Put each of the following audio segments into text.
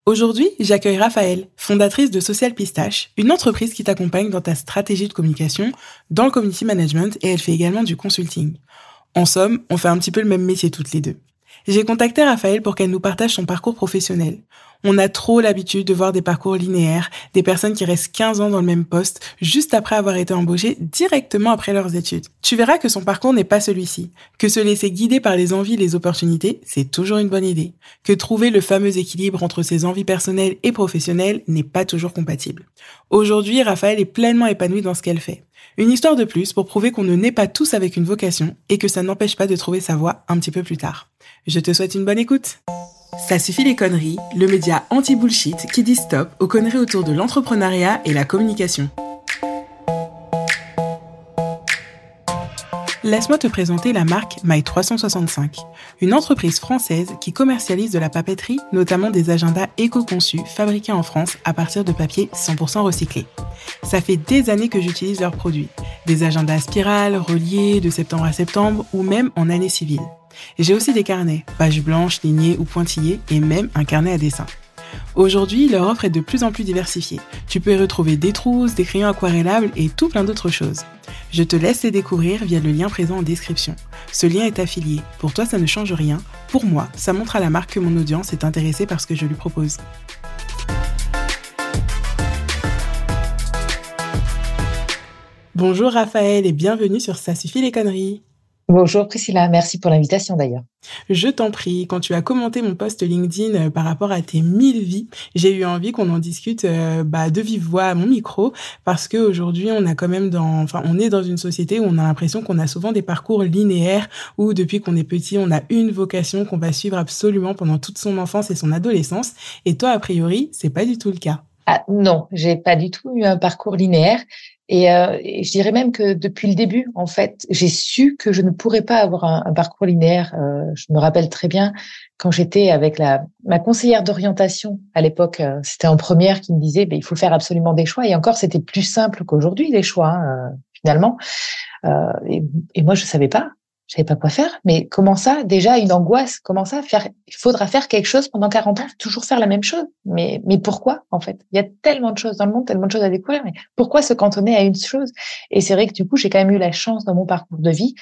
Aujourd'hui, j'accueille Raphaël, fondatrice de Social Pistache, une entreprise qui t'accompagne dans ta stratégie de communication, dans le community management et elle fait également du consulting. En somme, on fait un petit peu le même métier toutes les deux. J'ai contacté Raphaël pour qu'elle nous partage son parcours professionnel. On a trop l'habitude de voir des parcours linéaires, des personnes qui restent 15 ans dans le même poste, juste après avoir été embauchées directement après leurs études. Tu verras que son parcours n'est pas celui-ci, que se laisser guider par les envies et les opportunités, c'est toujours une bonne idée, que trouver le fameux équilibre entre ses envies personnelles et professionnelles n'est pas toujours compatible. Aujourd'hui, Raphaël est pleinement épanoui dans ce qu'elle fait. Une histoire de plus pour prouver qu'on ne naît pas tous avec une vocation et que ça n'empêche pas de trouver sa voie un petit peu plus tard. Je te souhaite une bonne écoute. Ça suffit les conneries, le média anti-bullshit qui dit stop aux conneries autour de l'entrepreneuriat et la communication. Laisse-moi te présenter la marque My365, une entreprise française qui commercialise de la papeterie, notamment des agendas éco-conçus fabriqués en France à partir de papier 100% recyclé. Ça fait des années que j'utilise leurs produits, des agendas spirales, reliés de septembre à septembre ou même en année civile. J'ai aussi des carnets, pages blanches, lignées ou pointillées et même un carnet à dessin. Aujourd'hui, leur offre est de plus en plus diversifiée. Tu peux y retrouver des trousses, des crayons aquarellables et tout plein d'autres choses. Je te laisse les découvrir via le lien présent en description. Ce lien est affilié. Pour toi, ça ne change rien. Pour moi, ça montre à la marque que mon audience est intéressée par ce que je lui propose. Bonjour Raphaël et bienvenue sur Ça suffit les conneries. Bonjour Priscilla, merci pour l'invitation d'ailleurs. Je t'en prie, quand tu as commenté mon post LinkedIn par rapport à tes 1000 vies, j'ai eu envie qu'on en discute de vive voix à mon micro parce qu'aujourd'hui on on est dans une société où on a l'impression qu'on a souvent des parcours linéaires où depuis qu'on est petit on a une vocation qu'on va suivre absolument pendant toute son enfance et son adolescence et toi a priori c'est pas du tout le cas. Ah non, j'ai pas du tout eu un parcours linéaire et je dirais même que depuis le début, en fait, j'ai su que je ne pourrais pas avoir un parcours linéaire. Je me rappelle très bien quand j'étais avec ma conseillère d'orientation à l'époque, c'était en première, qui me disait il faut faire absolument des choix et encore c'était plus simple qu'aujourd'hui les choix finalement. Et moi je savais pas. Je savais pas quoi faire, mais comment ça, déjà une angoisse, comment ça faire, il faudra faire quelque chose pendant 40 ans, toujours faire la même chose. Mais pourquoi, en fait? Il y a tellement de choses dans le monde, tellement de choses à découvrir, mais pourquoi se cantonner à une chose? Et c'est vrai que du coup, j'ai quand même eu la chance dans mon parcours de vie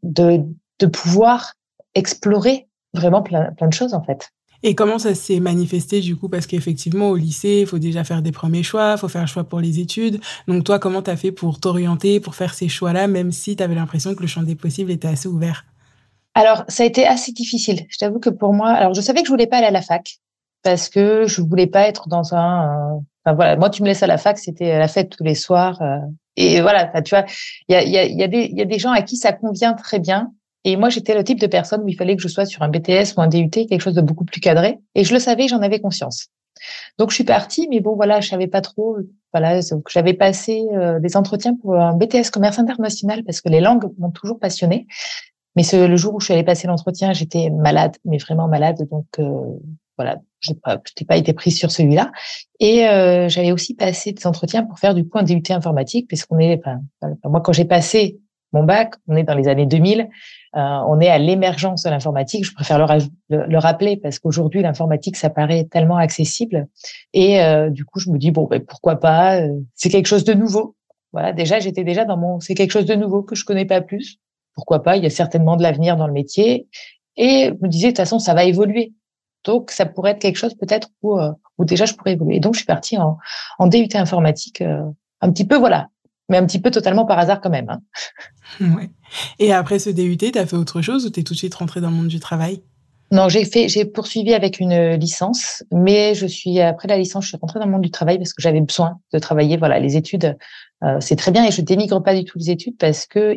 de pouvoir explorer vraiment plein de choses, en fait. Et comment ça s'est manifesté du coup? Parce qu'effectivement, au lycée, il faut déjà faire des premiers choix, il faut faire un choix pour les études. Donc toi, comment t'as fait pour t'orienter, pour faire ces choix-là, même si t'avais l'impression que le champ des possibles était assez ouvert? Alors, ça a été assez difficile. Je t'avoue que pour moi, alors je savais que je voulais pas aller à la fac parce que je voulais pas être dans enfin voilà, moi tu me laisses à la fac, c'était la fête tous les soirs et voilà. Enfin, tu vois, il y a des gens à qui ça convient très bien. Et moi, j'étais le type de personne où il fallait que je sois sur un BTS ou un DUT, quelque chose de beaucoup plus cadré. Et je le savais, j'en avais conscience. Donc, je suis partie, mais bon, voilà, je savais pas trop. Voilà, donc j'avais passé des entretiens pour un BTS commerce international parce que les langues m'ont toujours passionnée. Mais le jour où je suis allée passer l'entretien, j'étais malade, mais vraiment malade. Donc, voilà, je n'ai pas été prise sur celui-là. Et j'avais aussi passé des entretiens pour faire du coup un DUT informatique, puisqu'on est, moi, quand j'ai passé mon bac, on est dans les années 2000, on est à l'émergence de l'informatique. Je préfère le rappeler parce qu'aujourd'hui, l'informatique, ça paraît tellement accessible. Et du coup, je me dis, bon, pourquoi pas, c'est quelque chose de nouveau. Voilà, déjà, j'étais déjà c'est quelque chose de nouveau que je connais pas plus. Pourquoi pas, il y a certainement de l'avenir dans le métier. Et je me disais, de toute façon, ça va évoluer. Donc, ça pourrait être quelque chose peut-être où déjà je pourrais évoluer. Et donc, je suis partie en DUT informatique, un petit peu, voilà, mais un petit peu totalement par hasard quand même. Hein. Ouais. Et après ce DUT, t'as fait autre chose ou t'es tout de suite rentrée dans le monde du travail? Non, j'ai poursuivi avec une licence, mais après la licence, je suis rentrée dans le monde du travail parce que j'avais besoin de travailler. Voilà, les études, c'est très bien et je dénigre pas du tout les études parce que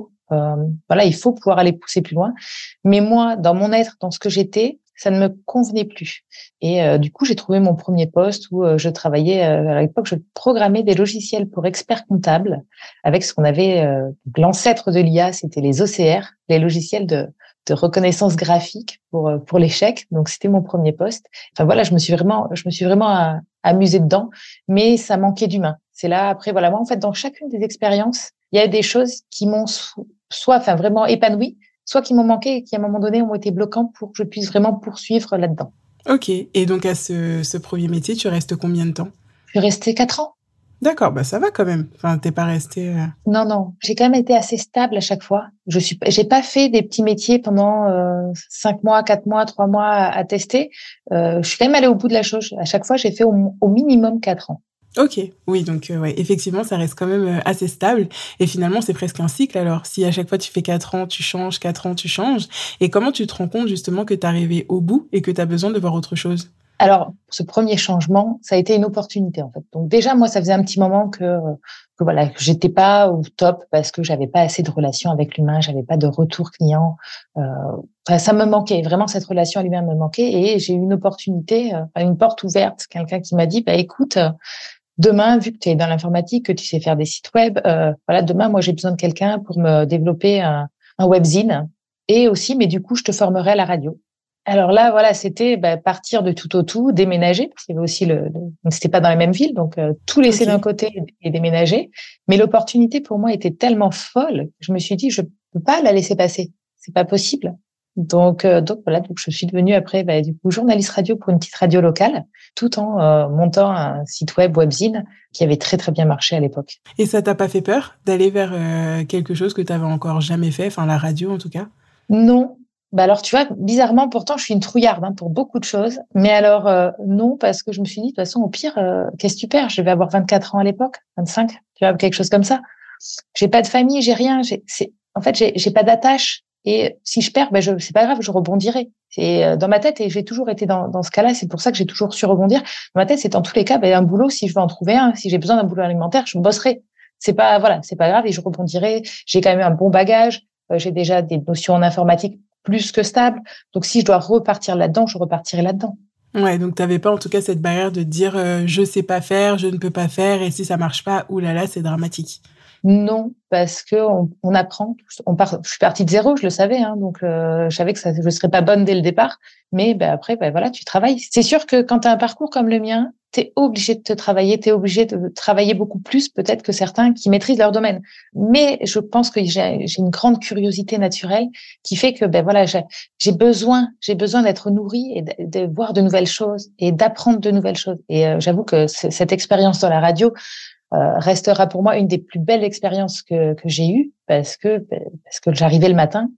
il faut pouvoir aller pousser plus loin. Mais moi, dans mon être, dans ce que j'étais, ça ne me convenait plus. Et du coup, j'ai trouvé mon premier poste où je travaillais. À l'époque, je programmais des logiciels pour experts comptables avec ce qu'on avait l'ancêtre de l'IA, c'était les OCR, les logiciels de reconnaissance graphique pour les chèques. Donc, c'était mon premier poste. Enfin, voilà, je me suis vraiment amusée dedans, mais ça manquait d'humain. C'est là, après, voilà, moi, en fait, dans chacune des expériences, il y a des choses qui m'ont enfin, vraiment épanouie, soit qui m'ont manqué et qui, à un moment donné, ont été bloquants pour que je puisse vraiment poursuivre là-dedans. Ok. Et donc, à ce premier métier, tu restes combien de temps? Je suis restée 4 ans. D'accord, bah ça va quand même. Enfin, t'es pas resté. Non, non, j'ai quand même été assez stable à chaque fois. J'ai pas fait des petits métiers pendant 5 mois, 4 mois, 3 mois à tester. Je suis quand même allée au bout de la chose. À chaque fois, j'ai fait au minimum 4 ans. Ok, oui, donc ouais, effectivement, ça reste quand même assez stable. Et finalement, c'est presque un cycle alors. Si à chaque fois tu fais 4 ans, tu changes, 4 ans, tu changes. Et comment tu te rends compte justement que t'es arrivé au bout et que t'as besoin de voir autre chose? Alors, ce premier changement, ça a été une opportunité en fait. Donc déjà, moi, ça faisait un petit moment que voilà, que j'étais pas au top parce que j'avais pas assez de relations avec l'humain, j'avais pas de retour client. Euh, Enfin, ça me manquait vraiment, cette relation à l'humain me manquait, et j'ai eu une opportunité, une porte ouverte, quelqu'un qui m'a dit, bah écoute, demain, vu que tu es dans l'informatique, que tu sais faire des sites web, voilà, demain, moi, j'ai besoin de quelqu'un pour me développer un webzine, et aussi, mais du coup, je te formerai à la radio. Alors là, voilà, c'était partir de tout au tout, déménager, parce qu'il y avait aussi donc c'était pas dans la même ville, donc tout laisser d'un Ok. côté et déménager. Mais l'opportunité pour moi était tellement folle que je me suis dit, je peux pas la laisser passer, c'est pas possible. Donc voilà, donc je suis devenue après du coup journaliste radio pour une petite radio locale, tout en montant un site web webzine qui avait très très bien marché à l'époque. Et ça t'a pas fait peur d'aller vers quelque chose que t'avais encore jamais fait, enfin la radio en tout cas? Non. Bah alors, tu vois, bizarrement, pourtant, je suis une trouillarde pour beaucoup de choses. Mais alors, non, parce que je me suis dit, de toute façon, au pire, qu'est-ce que tu perds? Je vais avoir 24 ans à l'époque, 25, tu vois, quelque chose comme ça. J'ai pas de famille, j'ai rien. En fait, j'ai pas d'attache. Et si je perds, c'est pas grave, je rebondirai. C'est dans ma tête, et j'ai toujours été dans ce cas-là. C'est pour ça que j'ai toujours su rebondir. Dans ma tête, c'est en tous les cas, un boulot, si je veux en trouver un, si j'ai besoin d'un boulot alimentaire, je bosserai. C'est pas grave, et je rebondirai. J'ai quand même un bon bagage. J'ai déjà des notions en informatique plus que stables. Donc, si je dois repartir là-dedans, je repartirai là-dedans. Ouais, donc t'avais pas en tout cas cette barrière de te dire je sais pas faire, je ne peux pas faire, et si ça marche pas, oulala, c'est dramatique. Non, parce que on apprend. Je suis partie de zéro, je le savais, donc je savais que je serais pas bonne dès le départ. Mais après, voilà, tu travailles. C'est sûr que quand tu as un parcours comme le mien, tu es obligé de te travailler, tu es obligé de travailler beaucoup plus peut-être que certains qui maîtrisent leur domaine. Mais je pense que j'ai une grande curiosité naturelle qui fait que voilà, j'ai besoin d'être nourrie et de voir de nouvelles choses et d'apprendre de nouvelles choses. Et j'avoue que cette expérience dans la radio restera pour moi une des plus belles expériences que j'ai eues, parce que j'arrivais le matin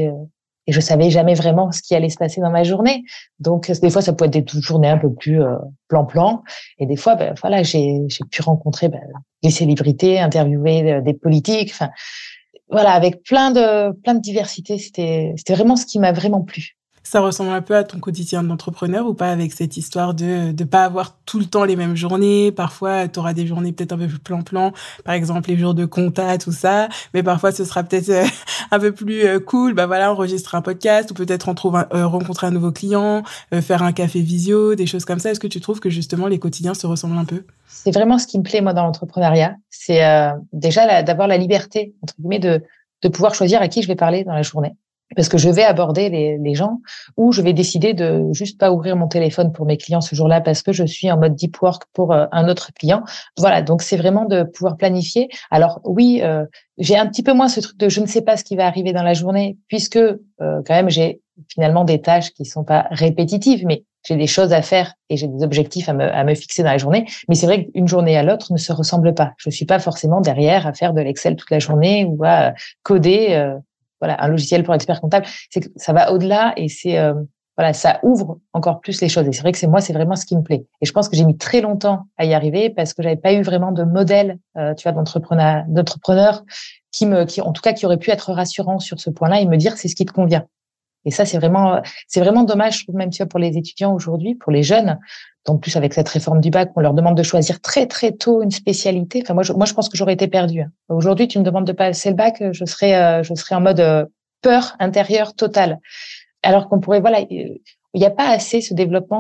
et je savais jamais vraiment ce qui allait se passer dans ma journée. Donc des fois ça peut être des journées un peu plus plan-plan, et des fois voilà, j'ai pu rencontrer des célébrités, interviewer des politiques, enfin voilà, avec plein de diversité. C'était vraiment ce qui m'a vraiment plu. Ça ressemble un peu à ton quotidien d'entrepreneur ou pas, avec cette histoire de pas avoir tout le temps les mêmes journées? Parfois, tu auras des journées peut-être un peu plus plan-plan, par exemple les jours de compta, tout ça, mais parfois ce sera peut-être un peu plus cool, bah voilà, enregistrer un podcast ou peut-être rencontrer un nouveau client, faire un café visio, des choses comme ça. Est-ce que tu trouves que justement les quotidiens se ressemblent un peu? C'est vraiment ce qui me plaît, moi, dans l'entrepreneuriat. C'est déjà d'avoir la liberté, entre guillemets, de pouvoir choisir à qui je vais parler dans la journée. Parce que je vais aborder les gens, ou je vais décider de juste pas ouvrir mon téléphone pour mes clients ce jour-là parce que je suis en mode deep work pour un autre client. Voilà, donc c'est vraiment de pouvoir planifier. Alors oui, j'ai un petit peu moins ce truc de je ne sais pas ce qui va arriver dans la journée, puisque quand même j'ai finalement des tâches qui sont pas répétitives, mais j'ai des choses à faire et j'ai des objectifs à me fixer dans la journée. Mais c'est vrai qu'une journée à l'autre ne se ressemble pas. Je suis pas forcément derrière à faire de l'Excel toute la journée ou à coder voilà, un logiciel pour expert comptable. C'est que ça va au-delà, et voilà, ça ouvre encore plus les choses. Et c'est vrai que c'est vraiment ce qui me plaît. Et je pense que j'ai mis très longtemps à y arriver parce que j'avais pas eu vraiment de modèle, tu vois, d'entrepreneur qui en tout cas, qui aurait pu être rassurant sur ce point-là et me dire c'est ce qui te convient. Et ça, c'est vraiment dommage, je trouve, même, tu vois, pour les étudiants aujourd'hui, pour les jeunes. En plus, avec cette réforme du bac, on leur demande de choisir très, très tôt une spécialité. Enfin, moi, je pense que j'aurais été perdue. Aujourd'hui, tu me demandes de passer le bac, je serais en mode peur intérieure totale. Alors qu'on pourrait, voilà, il n'y a pas assez ce développement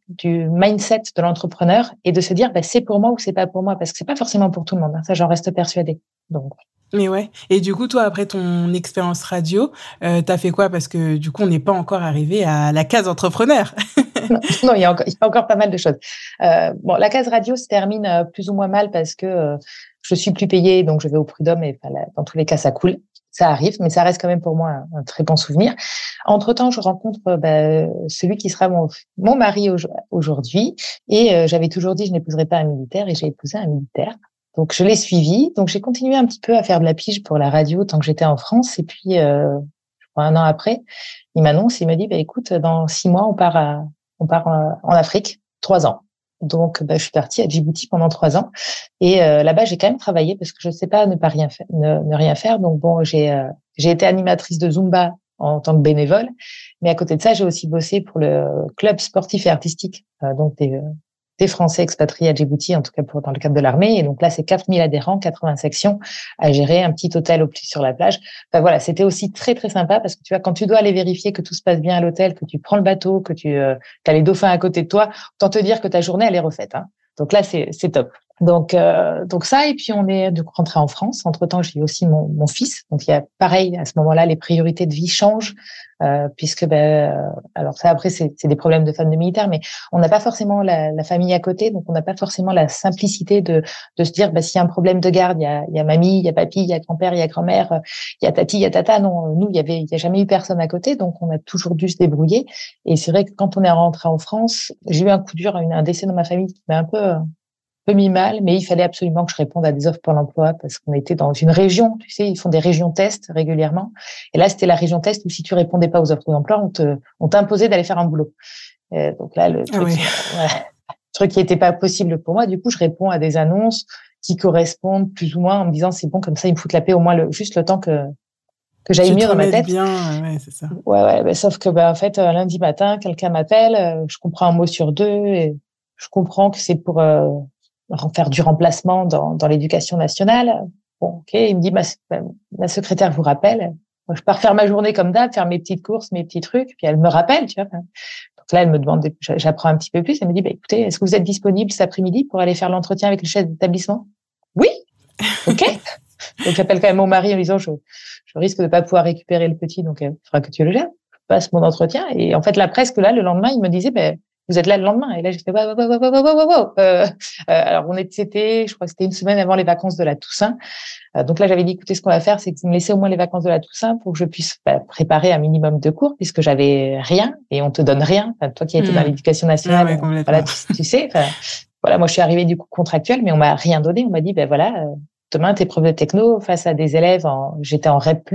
du mindset de l'entrepreneur, et de se dire, c'est pour moi ou c'est pas pour moi, parce que c'est pas forcément pour tout le monde. Ça, j'en reste persuadée. Donc, Mais ouais. Et du coup, toi, après ton expérience radio, t'as fait quoi? Parce que du coup, on n'est pas encore arrivé à la case entrepreneur. non, il y a encore pas mal de choses. Bon, la case radio se termine plus ou moins mal parce que je suis plus payée, donc je vais au prud'homme, et dans tous les cas, ça coule. ça arrive, mais ça reste quand même pour moi un très bon souvenir. Entre-temps, je rencontre celui qui sera mon mari aujourd'hui. Et j'avais toujours dit je n'épouserai pas un militaire, et j'ai épousé un militaire. Donc, je l'ai suivi. Donc, j'ai continué un petit peu à faire de la pige pour la radio tant que j'étais en France. Et puis, je crois 1 an après, il m'annonce, il me dit, écoute, dans 6 mois, on part en Afrique, 3 ans. Donc, je suis partie à Djibouti pendant 3 ans. Et là-bas, j'ai quand même travaillé parce que je ne sais pas ne pas rien faire, ne rien faire. Donc, bon, j'ai été animatrice de Zumba en tant que bénévole. Mais à côté de ça, j'ai aussi bossé pour le club sportif et artistique, donc des Français expatriés à Djibouti, en tout cas dans le cadre de l'armée. Et donc là, c'est 4000 adhérents, 80 sections à gérer, un petit hôtel au plus sur la plage. Enfin voilà, c'était aussi très, très sympa parce que tu vois, quand tu dois aller vérifier que tout se passe bien à l'hôtel, que tu prends le bateau, que tu as les dauphins à côté de toi, autant te dire que ta journée, elle est refaite, hein. Donc là, c'est top. Donc ça, et puis on est donc rentré en France. Entre-temps, j'ai eu aussi mon fils. Donc il y a pareil, à ce moment-là, les priorités de vie changent, puisque alors ça après c'est des problèmes de femme de militaire, mais on n'a pas forcément la famille à côté, donc on n'a pas forcément la simplicité de se dire s'il y a un problème de garde, il y a mamie, il y a papy, il y a grand-père, il y a grand-mère, il y a tati, il y a tata. Non, nous il y a jamais eu personne à côté, donc on a toujours dû se débrouiller. Et c'est vrai que quand on est rentré en France, j'ai eu un coup dur, un décès dans ma famille qui m'a un peu mis mal, mais il fallait absolument que je réponde à des offres pour l'emploi parce qu'on était dans une région, tu sais, ils font des régions tests régulièrement. Et là, c'était la région test où si tu répondais pas aux offres d'emploi, on t'imposait d'aller faire un boulot. Donc là, le truc qui était pas possible pour moi, du coup, je réponds à des annonces qui correspondent plus ou moins en me disant c'est bon, comme ça, ils me foutent la paix au moins juste le temps que j'aille mieux dans ma tête. Bien, ouais, c'est ça. Ouais, sauf que, en fait, lundi matin, quelqu'un m'appelle, je comprends un mot sur deux et je comprends que c'est pour, faire du remplacement dans l'éducation nationale. Bon, ok, il me dit, ma secrétaire vous rappelle. Moi, je pars faire ma journée comme d'hab, faire mes petites courses, mes petits trucs, puis elle me rappelle, tu vois. Donc là, elle me demande, j'apprends un petit peu plus, elle me dit, écoutez, est-ce que vous êtes disponible cet après-midi pour aller faire l'entretien avec le chef d'établissement? Oui. Ok. Donc j'appelle quand même mon mari en lui disant, je risque de pas pouvoir récupérer le petit, donc il faudra que tu le gères. Je passe mon entretien et en fait là, presque là, le lendemain, il me disait, vous êtes là le lendemain. Et là, j'ai fait, wow. Alors, je crois que c'était une semaine avant les vacances de la Toussaint. Donc là, j'avais dit, écoutez, ce qu'on va faire, c'est que vous me laissez au moins les vacances de la Toussaint pour que je puisse préparer un minimum de cours, puisque j'avais rien et on te donne rien. Enfin, toi qui as été dans l'éducation nationale, voilà, tu sais. Voilà, moi, je suis arrivée du coup contractuelle, mais on m'a rien donné. On m'a dit, demain, tes preuves de techno face à des élèves j'étais en REP+.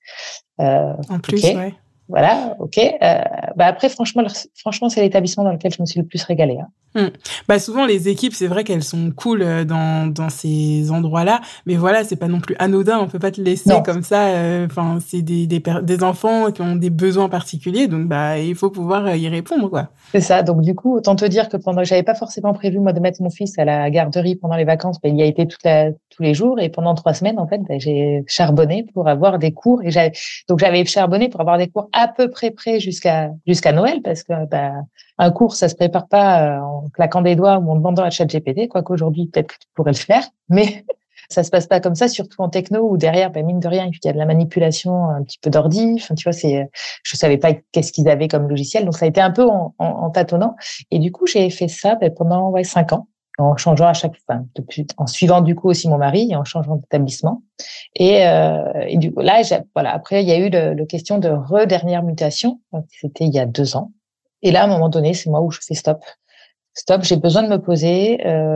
En plus, okay. ouais. Voilà, ok. Après, franchement, c'est l'établissement dans lequel je me suis le plus régalée. Souvent, les équipes, c'est vrai qu'elles sont cool dans ces endroits-là, mais voilà, c'est pas non plus anodin. On peut pas te laisser comme ça. Enfin, c'est des enfants qui ont des besoins particuliers, donc il faut pouvoir y répondre, quoi. C'est ça. Donc du coup, autant te dire que j'avais pas forcément prévu moi de mettre mon fils à la garderie pendant les vacances, il y a été tous les jours et pendant 3 semaines en fait, j'ai charbonné pour avoir des cours et j'avais charbonné pour avoir des cours à peu près jusqu'à Noël parce que un cours ça se prépare pas en claquant des doigts ou en demandant à ChatGPT, quoi qu'aujourd'hui peut-être que tu pourrais le faire, mais ça se passe pas comme ça, surtout en techno où derrière, mine de rien, il y a de la manipulation, un petit peu d'ordi. Enfin, tu vois, je savais pas qu'est-ce qu'ils avaient comme logiciel, donc ça a été un peu en tâtonnant. Et du coup, j'ai fait ça pendant 5 ans, en changeant à chaque fois, en suivant du coup aussi mon mari et en changeant d'établissement. Et du coup, là, après, il y a eu le question de dernière mutation. C'était il y a 2 ans. Et là, à un moment donné, c'est moi où je fais stop. J'ai besoin de me poser.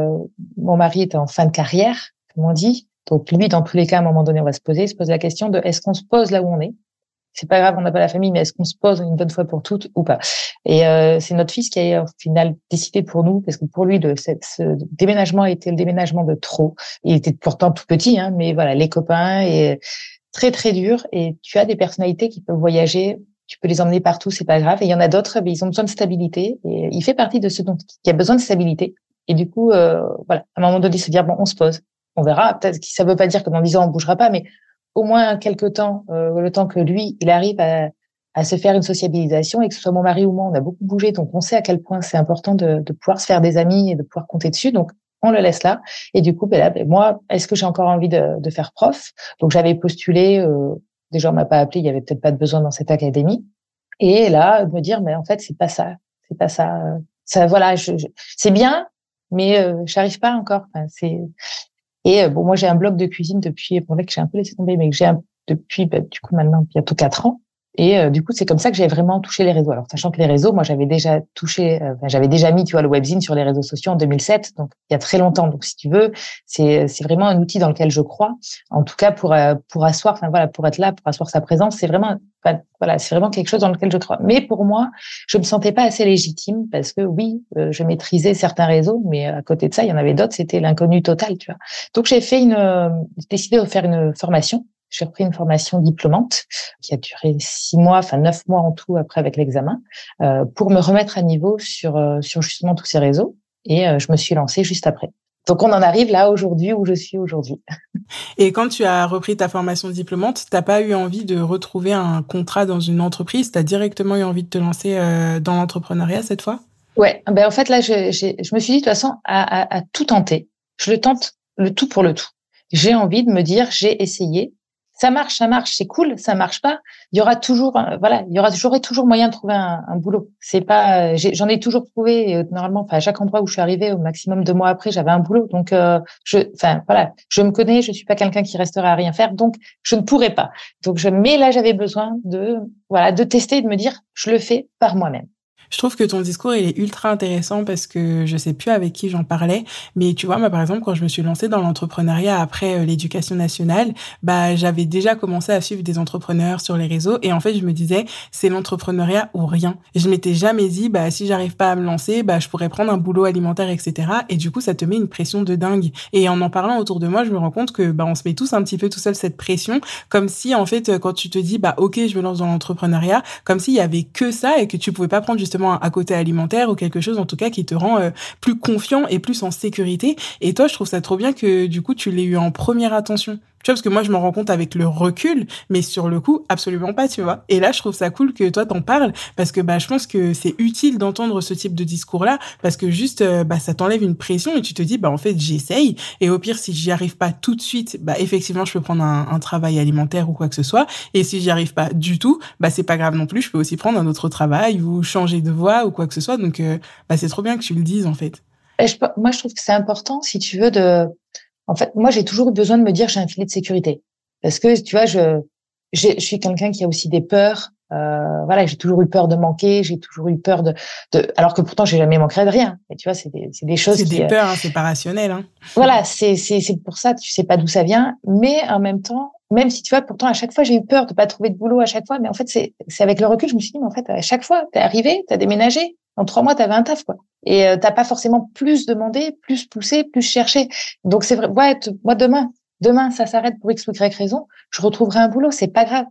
Mon mari était en fin de carrière, comme on dit. Donc lui, dans tous les cas, à un moment donné, on va se pose la question de est-ce qu'on se pose là où on est? C'est pas grave, on n'a pas la famille, mais est-ce qu'on se pose une bonne fois pour toutes ou pas? Et c'est notre fils qui a au final décidé pour nous, parce que pour lui, ce déménagement a été le déménagement de trop. Il était pourtant tout petit, hein, mais voilà, les copains et très très dur. Et tu as des personnalités qui peuvent voyager. Tu peux les emmener partout, c'est pas grave. Et il y en a d'autres, ils ont besoin de stabilité. Et il fait partie de ceux qui a besoin de stabilité. Et du coup, à un moment donné, se dire on se pose, on verra. Peut-être que ça veut pas dire que dans 10 ans on bougera pas, mais au moins quelque temps, le temps que lui, il arrive à se faire une sociabilisation et que ce soit mon mari ou moi, on a beaucoup bougé, donc on sait à quel point c'est important de pouvoir se faire des amis et de pouvoir compter dessus. Donc on le laisse là. Et du coup, moi, est-ce que j'ai encore envie de faire prof? Donc j'avais postulé. Déjà, on m'a pas appelé, il y avait peut-être pas de besoin dans cette académie. Et là, de me dire, mais en fait, c'est pas ça. Ça, voilà, c'est bien, mais j'arrive pas encore. Enfin, moi, j'ai un blog de cuisine depuis, bon, là, que j'ai un peu laissé tomber, mais que j'ai depuis du coup maintenant bientôt 4 ans. Et du coup, c'est comme ça que j'ai vraiment touché les réseaux. Alors, sachant que les réseaux, moi, j'avais déjà mis, tu vois, le webzine sur les réseaux sociaux en 2007, donc il y a très longtemps. Donc, si tu veux, c'est vraiment un outil dans lequel je crois. En tout cas, pour asseoir, enfin voilà, pour être là, pour asseoir sa présence, c'est vraiment, voilà, c'est vraiment quelque chose dans lequel je crois. Mais pour moi, je me sentais pas assez légitime parce que oui, je maîtrisais certains réseaux, mais à côté de ça, il y en avait d'autres, c'était l'inconnu total, tu vois. Donc, j'ai décidé de faire une formation. J'ai repris une formation diplômante qui a duré 6 mois, enfin 9 mois en tout après avec l'examen, pour me remettre à niveau sur justement tous ces réseaux. Et je me suis lancée juste après. Donc on en arrive là aujourd'hui où je suis aujourd'hui. Et quand tu as repris ta formation diplômante, t'as pas eu envie de retrouver un contrat dans une entreprise? T'as directement eu envie de te lancer dans l'entrepreneuriat cette fois? Ouais, en fait là, je me suis dit de toute façon à tout tenter. Je le tente le tout pour le tout. J'ai envie de me dire, j'ai essayé. Ça marche, c'est cool. Ça marche pas, il y aura toujours, j'aurai toujours moyen de trouver un boulot. C'est pas, j'en ai toujours trouvé. Normalement, enfin, à chaque endroit où je suis arrivée, au maximum 2 mois après, j'avais un boulot. Donc, je me connais. Je suis pas quelqu'un qui restera à rien faire. Donc, je ne pourrais pas. Mais là, j'avais besoin de tester et de me dire, je le fais par moi-même. Je trouve que ton discours, il est ultra intéressant parce que je sais plus avec qui j'en parlais, mais tu vois, moi, par exemple, quand je me suis lancée dans l'entrepreneuriat après l'éducation nationale, bah, j'avais déjà commencé à suivre des entrepreneurs sur les réseaux et en fait, je me disais, c'est l'entrepreneuriat ou rien. Et je m'étais jamais dit, bah, si j'arrive pas à me lancer, bah, je pourrais prendre un boulot alimentaire, etc. Et du coup, ça te met une pression de dingue. Et en parlant autour de moi, je me rends compte que, bah, on se met tous un petit peu tout seul cette pression, comme si, en fait, quand tu te dis, bah, ok, je me lance dans l'entrepreneuriat, comme s'il y avait que ça et que tu pouvais pas prendre justement à côté alimentaire ou quelque chose en tout cas qui te rend plus confiant et plus en sécurité. Et toi, je trouve ça trop bien que du coup tu l'aies eu en première attention. Tu vois, parce que moi je m'en rends compte avec le recul, mais sur le coup absolument pas, tu vois. Et là, je trouve ça cool que toi t'en parles parce que bah je pense que c'est utile d'entendre ce type de discours-là parce que juste bah ça t'enlève une pression et tu te dis bah en fait j'essaye et au pire si j'y arrive pas tout de suite, bah effectivement je peux prendre un travail alimentaire ou quoi que ce soit et si j'y arrive pas du tout, bah c'est pas grave non plus, je peux aussi prendre un autre travail ou changer de voie ou quoi que ce soit. Donc bah c'est trop bien que tu le dises en fait. Moi, je trouve que c'est important, si tu veux, en fait, moi, j'ai toujours eu besoin de me dire j'ai un filet de sécurité. Parce que, tu vois, je suis quelqu'un qui a aussi des peurs. Voilà, j'ai toujours eu peur de manquer, j'ai toujours eu peur alors que pourtant, j'ai jamais manqué de rien. Et tu vois, c'est des choses C'est qui, des peurs, hein, c'est pas rationnel. Hein. voilà, c'est pour ça, tu sais pas d'où ça vient. Mais en même temps, même si tu vois, pourtant, à chaque fois, j'ai eu peur de pas trouver de boulot à chaque fois. Mais en fait, c'est avec le recul, je me suis dit, mais en fait, à chaque fois, t'es arrivé, t'as déménagé. En 3 mois, t'avais un taf, quoi. Et t'as pas forcément plus demandé, plus poussé, plus cherché. Donc c'est vrai. Ouais, moi demain, ça s'arrête pour X ou Y raison. Je retrouverai un boulot, c'est pas grave.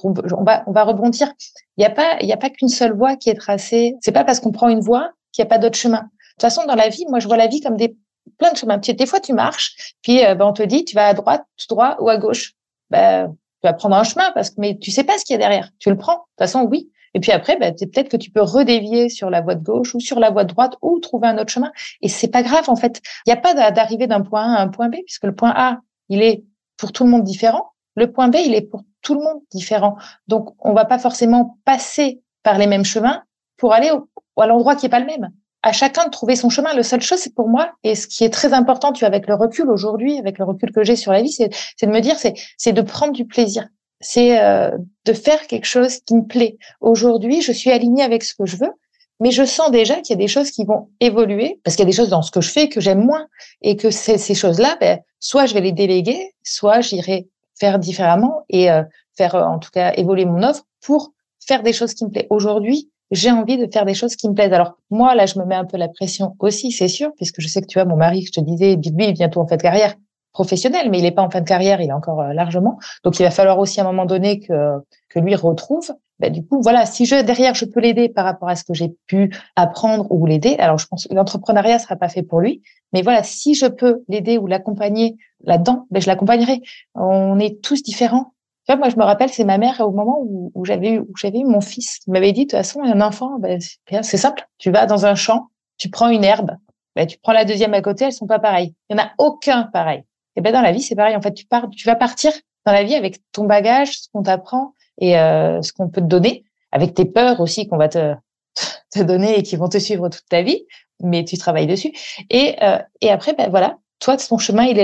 On va rebondir. Il y a pas qu'une seule voie qui est tracée. C'est pas parce qu'on prend une voie qu'il y a pas d'autre chemin. De toute façon, dans la vie, moi, je vois la vie comme plein de chemins. Des fois, tu marches, puis on te dit, tu vas à droite, tout droit ou à gauche. Tu vas prendre un chemin mais tu sais pas ce qu'il y a derrière. Tu le prends. De toute façon, oui. Et puis après, peut-être que tu peux redévier sur la voie de gauche ou sur la voie de droite ou trouver un autre chemin. Et c'est pas grave, en fait. Il n'y a pas d'arriver d'un point A à un point B, puisque le point A, il est pour tout le monde différent. Le point B, il est pour tout le monde différent. Donc, on va pas forcément passer par les mêmes chemins pour aller à l'endroit qui est pas le même. À chacun de trouver son chemin. La seule chose, c'est pour moi, et ce qui est très important, tu vois, avec le recul aujourd'hui, avec le recul que j'ai sur la vie, c'est de me dire, c'est de prendre du plaisir. C'est de faire quelque chose qui me plaît. Aujourd'hui, je suis alignée avec ce que je veux, mais je sens déjà qu'il y a des choses qui vont évoluer, parce qu'il y a des choses dans ce que je fais que j'aime moins, et que ces choses-là, soit je vais les déléguer, soit j'irai faire différemment et faire en tout cas évoluer mon offre pour faire des choses qui me plaisent. Aujourd'hui, j'ai envie de faire des choses qui me plaisent. Alors moi, là, je me mets un peu la pression aussi, c'est sûr, puisque je sais que tu vois, mon mari, que je te disais, lui, il est bientôt en fin de carrière professionnelle, mais il n'est pas en fin de carrière, il est encore largement. Donc, il va falloir aussi à un moment donné que lui retrouve. Du coup, voilà, si derrière, je peux l'aider par rapport à ce que j'ai pu apprendre ou l'aider. Alors, je pense que l'entrepreneuriat sera pas fait pour lui, mais voilà, si je peux l'aider ou l'accompagner là-dedans, je l'accompagnerai. On est tous différents. Tu vois, moi, je me rappelle, c'est ma mère au moment où j'avais eu mon fils qui m'avait dit, de toute façon, un enfant, c'est simple. Tu vas dans un champ, tu prends une herbe, tu prends la deuxième à côté, elles sont pas pareilles. Il y en a aucun pareil. Et dans la vie, c'est pareil. En fait, tu vas partir dans la vie avec ton bagage, ce qu'on t'apprend et ce qu'on peut te donner, avec tes peurs aussi qu'on va te donner et qui vont te suivre toute ta vie, mais tu travailles dessus. Et après, voilà, toi, ton chemin, il est là.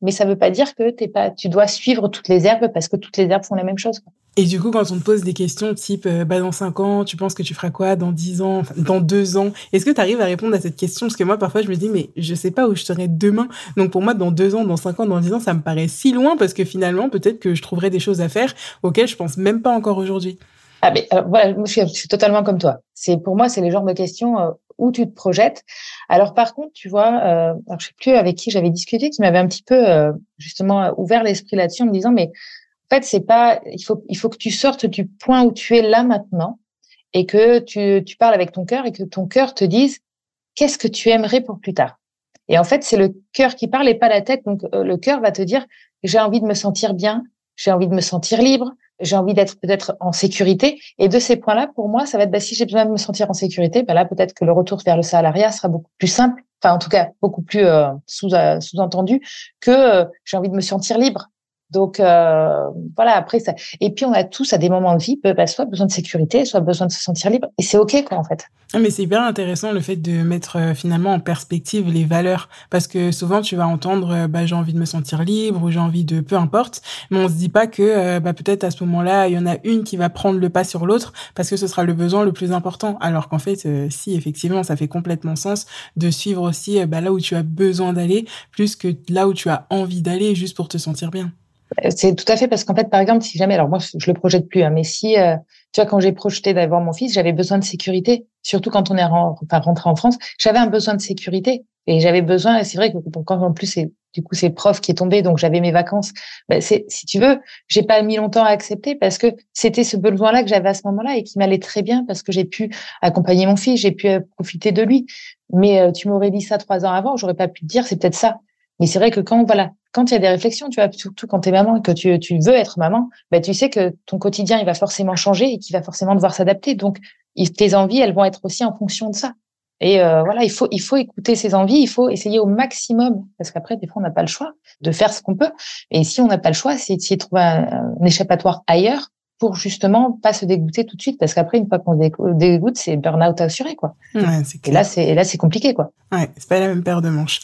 mais ça veut pas dire que tu dois suivre toutes les herbes parce que toutes les herbes font la même chose, quoi. Et du coup, quand on te pose des questions type, dans 5 ans, tu penses que tu feras quoi? Dans 10 ans? Enfin, dans 2 ans? Est-ce que tu arrives à répondre à cette question? Parce que moi, parfois, je me dis, mais je sais pas où je serai demain. Donc, pour moi, dans 2 ans, dans 5 ans, dans 10 ans, ça me paraît si loin parce que finalement, peut-être que je trouverai des choses à faire auxquelles je pense même pas encore aujourd'hui. Ah, mais alors, voilà, moi, je suis totalement comme toi. Pour moi, c'est les genres de questions où tu te projettes. Alors, par contre, tu vois, alors, je sais plus avec qui j'avais discuté, qui m'avait un petit peu, justement, ouvert l'esprit là-dessus en me disant, mais en fait, c'est pas, il faut que tu sortes du point où tu es là maintenant et que tu parles avec ton cœur et que ton cœur te dise qu'est-ce que tu aimerais pour plus tard. Et en fait, c'est le cœur qui parle et pas la tête. Donc, le cœur va te dire, j'ai envie de me sentir bien, j'ai envie de me sentir libre, j'ai envie d'être peut-être en sécurité. Et de ces points-là, pour moi, ça va être, bah, si j'ai besoin de me sentir en sécurité, bah là, peut-être que le retour vers le salariat sera beaucoup plus simple. Enfin, en tout cas, beaucoup plus sous-entendu que j'ai envie de me sentir libre. Donc voilà, après ça. Et puis on a tous à des moments de vie, bah, soit besoin de sécurité, soit besoin de se sentir libre. Et c'est ok, quoi, en fait. Ah, mais c'est hyper intéressant le fait de mettre finalement en perspective les valeurs parce que souvent tu vas entendre bah j'ai envie de me sentir libre ou j'ai envie de peu importe mais on se dit pas que bah peut-être à ce moment-là il y en a une qui va prendre le pas sur l'autre parce que ce sera le besoin le plus important alors qu'en fait si effectivement ça fait complètement sens de suivre aussi bah là où tu as besoin d'aller plus que là où tu as envie d'aller juste pour te sentir bien. C'est tout à fait parce qu'en fait, par exemple, si jamais, alors moi, je le projette plus, hein, mais si, tu vois, quand j'ai projeté d'avoir mon fils, j'avais besoin de sécurité. Surtout quand on est rentré en France, j'avais un besoin de sécurité et j'avais besoin. Et c'est vrai que bon, quand en plus c'est le prof qui est tombé, donc j'avais mes vacances. Ben, si tu veux, j'ai pas mis longtemps à accepter parce que c'était ce besoin-là que j'avais à ce moment-là et qui m'allait très bien parce que j'ai pu accompagner mon fils, j'ai pu profiter de lui. Mais tu m'aurais dit ça 3 ans avant, j'aurais pas pu te dire, c'est peut-être ça. Mais c'est vrai que quand il y a des réflexions, tu vois, surtout quand t'es maman et que tu veux être maman, ben tu sais que ton quotidien il va forcément changer et qu'il va forcément devoir s'adapter. Donc tes envies, elles vont être aussi en fonction de ça. Et voilà, il faut écouter ses envies, il faut essayer au maximum, parce qu'après des fois on n'a pas le choix de faire ce qu'on peut. Et si on n'a pas le choix, c'est essayer de trouver un échappatoire ailleurs pour justement pas se dégoûter tout de suite, parce qu'après une fois qu'on dégoûte, c'est burn-out assuré, quoi. Ouais, c'est Et clair. là c'est compliqué, quoi. Ouais, c'est pas la même paire de manches.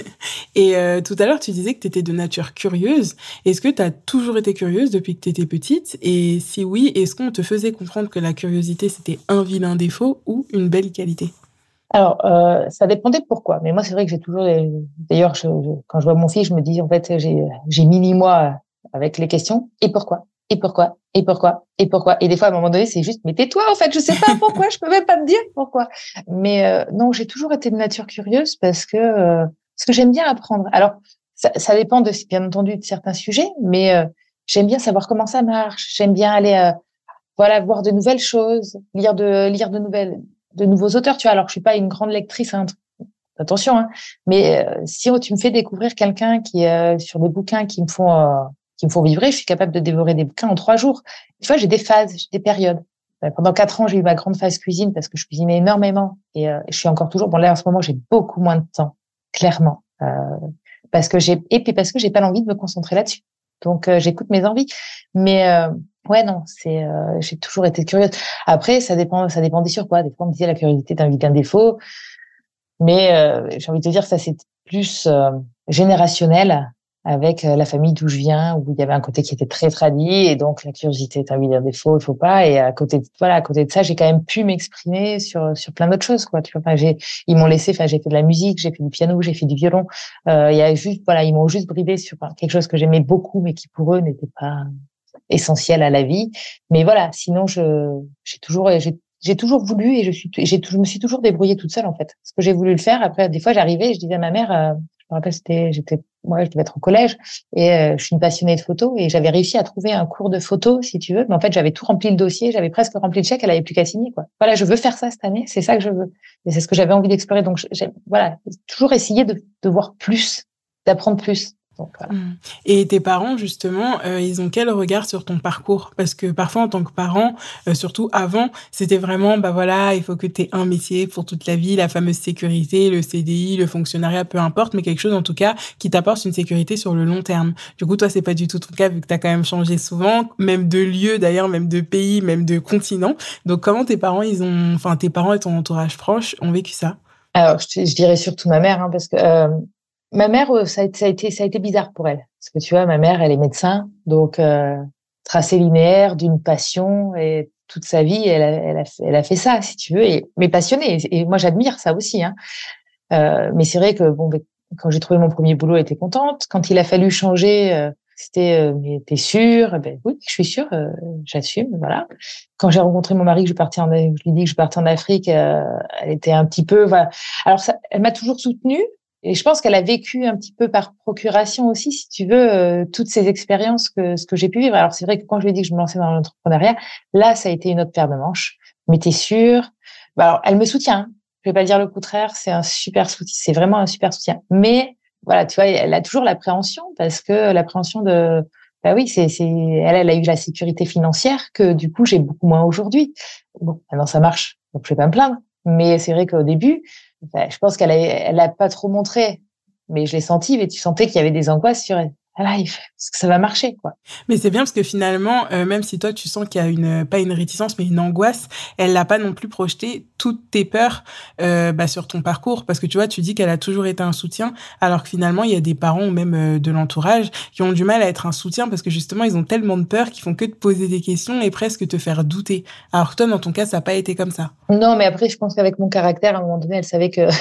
Et tout à l'heure, tu disais que tu étais de nature curieuse. Est-ce que tu as toujours été curieuse depuis que tu étais petite? Et si oui, est-ce qu'on te faisait comprendre que la curiosité, c'était un vilain défaut ou une belle qualité? Alors, ça dépendait pourquoi. Mais moi, c'est vrai que j'ai toujours. D'ailleurs, quand je vois mon fils, je me dis en fait, j'ai 1000 mois avec les questions. Et pourquoi? Et pourquoi? Et pourquoi? Et pourquoi? Et des fois, à un moment donné, c'est juste, mais tais-toi, en fait, je sais pas pourquoi, je peux même pas te dire pourquoi. Mais non, j'ai toujours été de nature curieuse parce que j'aime bien apprendre. Alors, ça dépend bien entendu de certains sujets, mais j'aime bien savoir comment ça marche. J'aime bien aller voilà, voir de nouvelles choses, lire de nouveaux auteurs, tu vois. Alors, je suis pas une grande lectrice, hein, attention, hein, mais si tu me fais découvrir quelqu'un qui sur des bouquins qui me font vibrer, je suis capable de dévorer des bouquins en 3 jours. Des fois, j'ai des phases, j'ai des périodes. Pendant 4 ans, j'ai eu ma grande phase cuisine parce que je cuisinais énormément et je suis encore toujours. Bon, là, en ce moment, j'ai beaucoup moins de temps, clairement, et puis parce que j'ai pas l'envie de me concentrer là-dessus. Donc, j'écoute mes envies, mais ouais, non, j'ai toujours été curieuse. Après, ça dépendait sur quoi. Des fois, on me disait la curiosité est un défaut, mais j'ai envie de te dire que ça, c'est plus générationnel avec la famille d'où je viens, où il y avait un côté qui était très tradit, et donc la curiosité est un défaut, il faut pas. Et à côté de ça, j'ai quand même pu m'exprimer sur plein d'autres choses, quoi. Tu vois, enfin, ils m'ont laissé, enfin, j'ai fait de la musique, j'ai fait du piano, j'ai fait du violon. Il y a juste, voilà, ils m'ont juste bridé sur quelque chose que j'aimais beaucoup, mais qui pour eux n'était pas essentiel à la vie. Mais voilà, sinon, j'ai toujours voulu et je me suis toujours débrouillée toute seule, en fait. Parce que j'ai voulu le faire. Après, des fois, j'arrivais et je disais à ma mère, je me rappelle, moi, je devais être au collège et je suis une passionnée de photos et j'avais réussi à trouver un cours de photo, si tu veux. Mais en fait, j'avais tout rempli le dossier, j'avais presque rempli le chèque, elle avait plus qu'à signer, quoi. Voilà, je veux faire ça cette année, c'est ça que je veux. Et c'est ce que j'avais envie d'explorer. Donc, voilà, toujours essayer de voir plus, d'apprendre plus. Donc, voilà. Mmh. Et tes parents, justement, ils ont quel regard sur ton parcours? Parce que parfois, en tant que parent, surtout avant, c'était vraiment, bah voilà, il faut que tu aies un métier pour toute la vie, la fameuse sécurité, le CDI, le fonctionnariat, peu importe, mais quelque chose, en tout cas, qui t'apporte une sécurité sur le long terme. Du coup, toi, c'est pas du tout ton cas, vu que tu as quand même changé souvent, même de lieu, d'ailleurs, même de pays, même de continent. Donc, comment tes parents, tes parents et ton entourage proche ont vécu ça? Alors, je dirais surtout ma mère, hein, parce que Ma mère, ça a été bizarre pour elle. Parce que tu vois, ma mère, elle est médecin, donc tracé linéaire d'une passion et toute sa vie, elle a fait ça, si tu veux, mais passionnée. Et moi, j'admire ça aussi, hein. Mais c'est vrai que bon, ben, quand j'ai trouvé mon premier boulot, elle était contente. Quand il a fallu changer, c'était mais t'es sûre? Ben oui, je suis sûre, j'assume, voilà. Quand j'ai rencontré mon mari, je lui ai dit que je partais en Afrique, elle était un petit peu, voilà. Alors ça, elle m'a toujours soutenue. Et je pense qu'elle a vécu un petit peu par procuration aussi, si tu veux, toutes ces expériences ce que j'ai pu vivre. Alors c'est vrai que quand je lui ai dit que je me lançais dans l'entrepreneuriat, là ça a été une autre paire de manches. Mais t'es sûre? Bah alors elle me soutient, hein. Je vais pas dire le contraire, c'est un super soutien, c'est vraiment un super soutien. Mais voilà, tu vois, elle a toujours l'appréhension parce que l'appréhension de, bah oui, elle a eu la sécurité financière que du coup j'ai beaucoup moins aujourd'hui. Bon, maintenant ça marche, donc je vais pas me plaindre. Mais c'est vrai qu'au début, bah, je pense elle a pas trop montré, mais je l'ai senti, mais tu sentais qu'il y avait des angoisses sur elle. Ah là, est-ce que ça va marcher, quoi. Mais c'est bien parce que finalement, même si toi tu sens qu'il y a pas une réticence, mais une angoisse, elle l'a pas non plus projeté toutes tes peurs sur ton parcours. Parce que tu vois, tu dis qu'elle a toujours été un soutien, alors que finalement, il y a des parents ou même de l'entourage qui ont du mal à être un soutien parce que justement, ils ont tellement de peur qu'ils font que te poser des questions et presque te faire douter. Alors que toi, dans ton cas, ça n'a pas été comme ça. Non, mais après, je pense qu'avec mon caractère, à un moment donné, elle savait que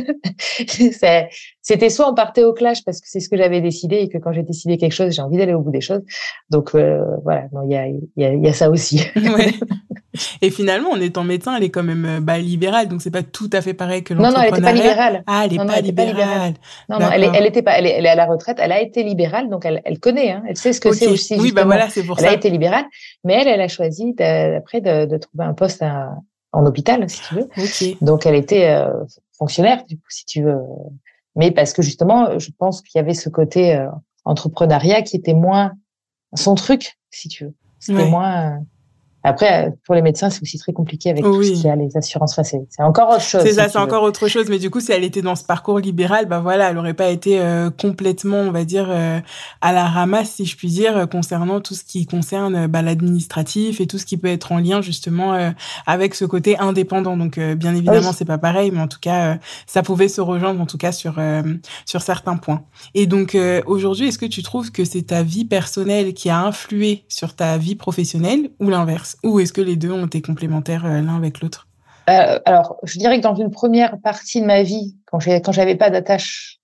c'était soit on partait au clash parce que c'est ce que j'avais décidé et que quand j'ai décidé quelque chose, j'ai envie d'aller au bout des choses. Donc voilà, non, il y a ça aussi. Ouais. Et finalement, en étant médecin, elle est quand même libérale, donc c'est pas tout à fait pareil que Non, non, elle était pas l'entrepreneuriat. libérale. Ah, elle est Non, non, pas elle était pas libérale. libérale. Non, non, elle D'accord. était pas, elle est à la retraite. Elle a été libérale, donc elle connaît, hein. Elle sait ce que Ok. c'est aussi, Oui, bah justement. voilà, c'est pour Elle a ça. été libérale, mais elle a choisi après de trouver un poste en hôpital, si tu veux. Ok. Donc elle était fonctionnaire, du coup, si tu veux. Mais parce que justement, je pense qu'il y avait ce côté entrepreneuriat qui était moins son truc, si tu veux. C'était Ouais. moins. Après, pour les médecins, c'est aussi très compliqué avec tout ce qu'il Oui. y a, les assurances. Enfin, c'est encore autre chose, C'est si ça, c'est tu veux. encore autre chose. Mais du coup, si elle était dans ce parcours libéral, bah voilà, elle aurait pas été complètement, on va dire, à la ramasse, si je puis dire, concernant tout ce qui concerne l'administratif et tout ce qui peut être en lien justement avec ce côté indépendant. Donc, bien évidemment, Oui. c'est pas pareil, mais en tout cas, ça pouvait se rejoindre, en tout cas, sur certains points. Et donc, aujourd'hui, est-ce que tu trouves que c'est ta vie personnelle qui a influé sur ta vie professionnelle ou l'inverse? Ou est-ce que les deux ont été complémentaires l'un avec l'autre? Alors, je dirais que dans une première partie de ma vie, quand j'avais pas d'attache,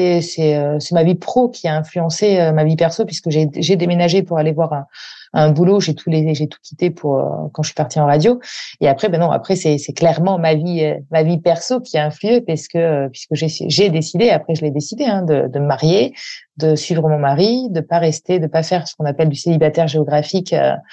c'est ma vie pro qui a influencé ma vie perso puisque j'ai déménagé pour aller voir un boulot, j'ai tout quitté pour quand je suis partie en radio. Et après, ben non, après c'est clairement ma vie perso qui a influé puisque j'ai décidé, après je l'ai décidé, hein, de me marier, de suivre mon mari, de pas faire ce qu'on appelle du célibataire géographique.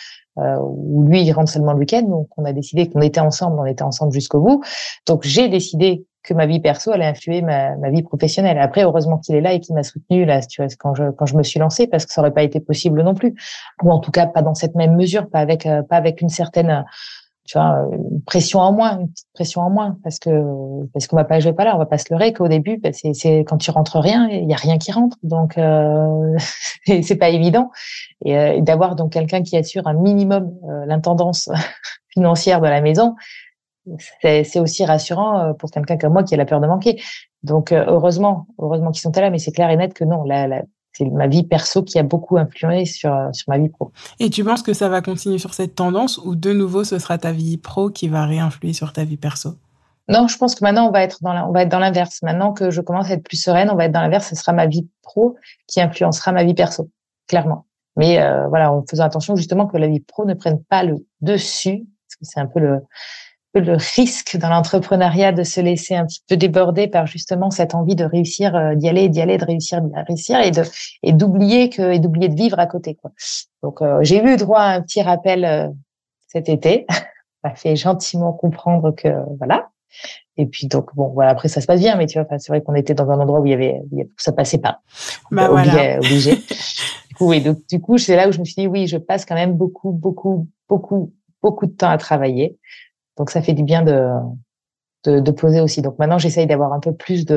Où lui il rentre seulement le week-end, donc on a décidé qu'on était ensemble, on était ensemble jusqu'au bout. Donc j'ai décidé que ma vie perso allait influer ma vie professionnelle. Après, heureusement qu'il est là et qu'il m'a soutenue là, tu vois, quand je me suis lancée, parce que ça aurait pas été possible non plus, ou en tout cas pas dans cette même mesure, pas avec une certaine, tu vois, une pression en moins, une petite pression en moins, parce qu'on va pas jouer pas là, on va pas se leurrer qu'au début, bah, c'est quand tu rentres rien, il y a rien qui rentre, donc c'est pas évident. Et d'avoir donc quelqu'un qui assure un minimum l'intendance financière de la maison, c'est aussi rassurant pour quelqu'un comme moi qui a la peur de manquer. Donc heureusement qu'ils sont là, mais c'est clair et net que non, c'est ma vie perso qui a beaucoup influé sur ma vie pro. Et tu penses que ça va continuer sur cette tendance ou de nouveau ce sera ta vie pro qui va réinfluer sur ta vie perso? Non, je pense que maintenant on va être dans l'inverse. Maintenant que je commence à être plus sereine, on va être dans l'inverse. Ce sera ma vie pro qui influencera ma vie perso, clairement. Mais voilà, en faisant attention justement que la vie pro ne prenne pas le dessus, parce que c'est un peu le risque dans l'entrepreneuriat de se laisser un petit peu déborder par justement cette envie de réussir, d'y aller, de réussir et d'oublier de vivre à côté, quoi. Donc j'ai eu droit à un petit rappel cet été. Ça m'a fait gentiment comprendre que voilà. Et puis donc bon voilà, après ça se passe bien, mais tu vois, c'est vrai qu'on était dans un endroit où ça passait pas, Bah voilà. obligé. Du coup, oui, donc du coup c'est là où je me suis dit oui, je passe quand même beaucoup de temps à travailler. Donc ça fait du bien de poser aussi. Donc maintenant j'essaye d'avoir un peu plus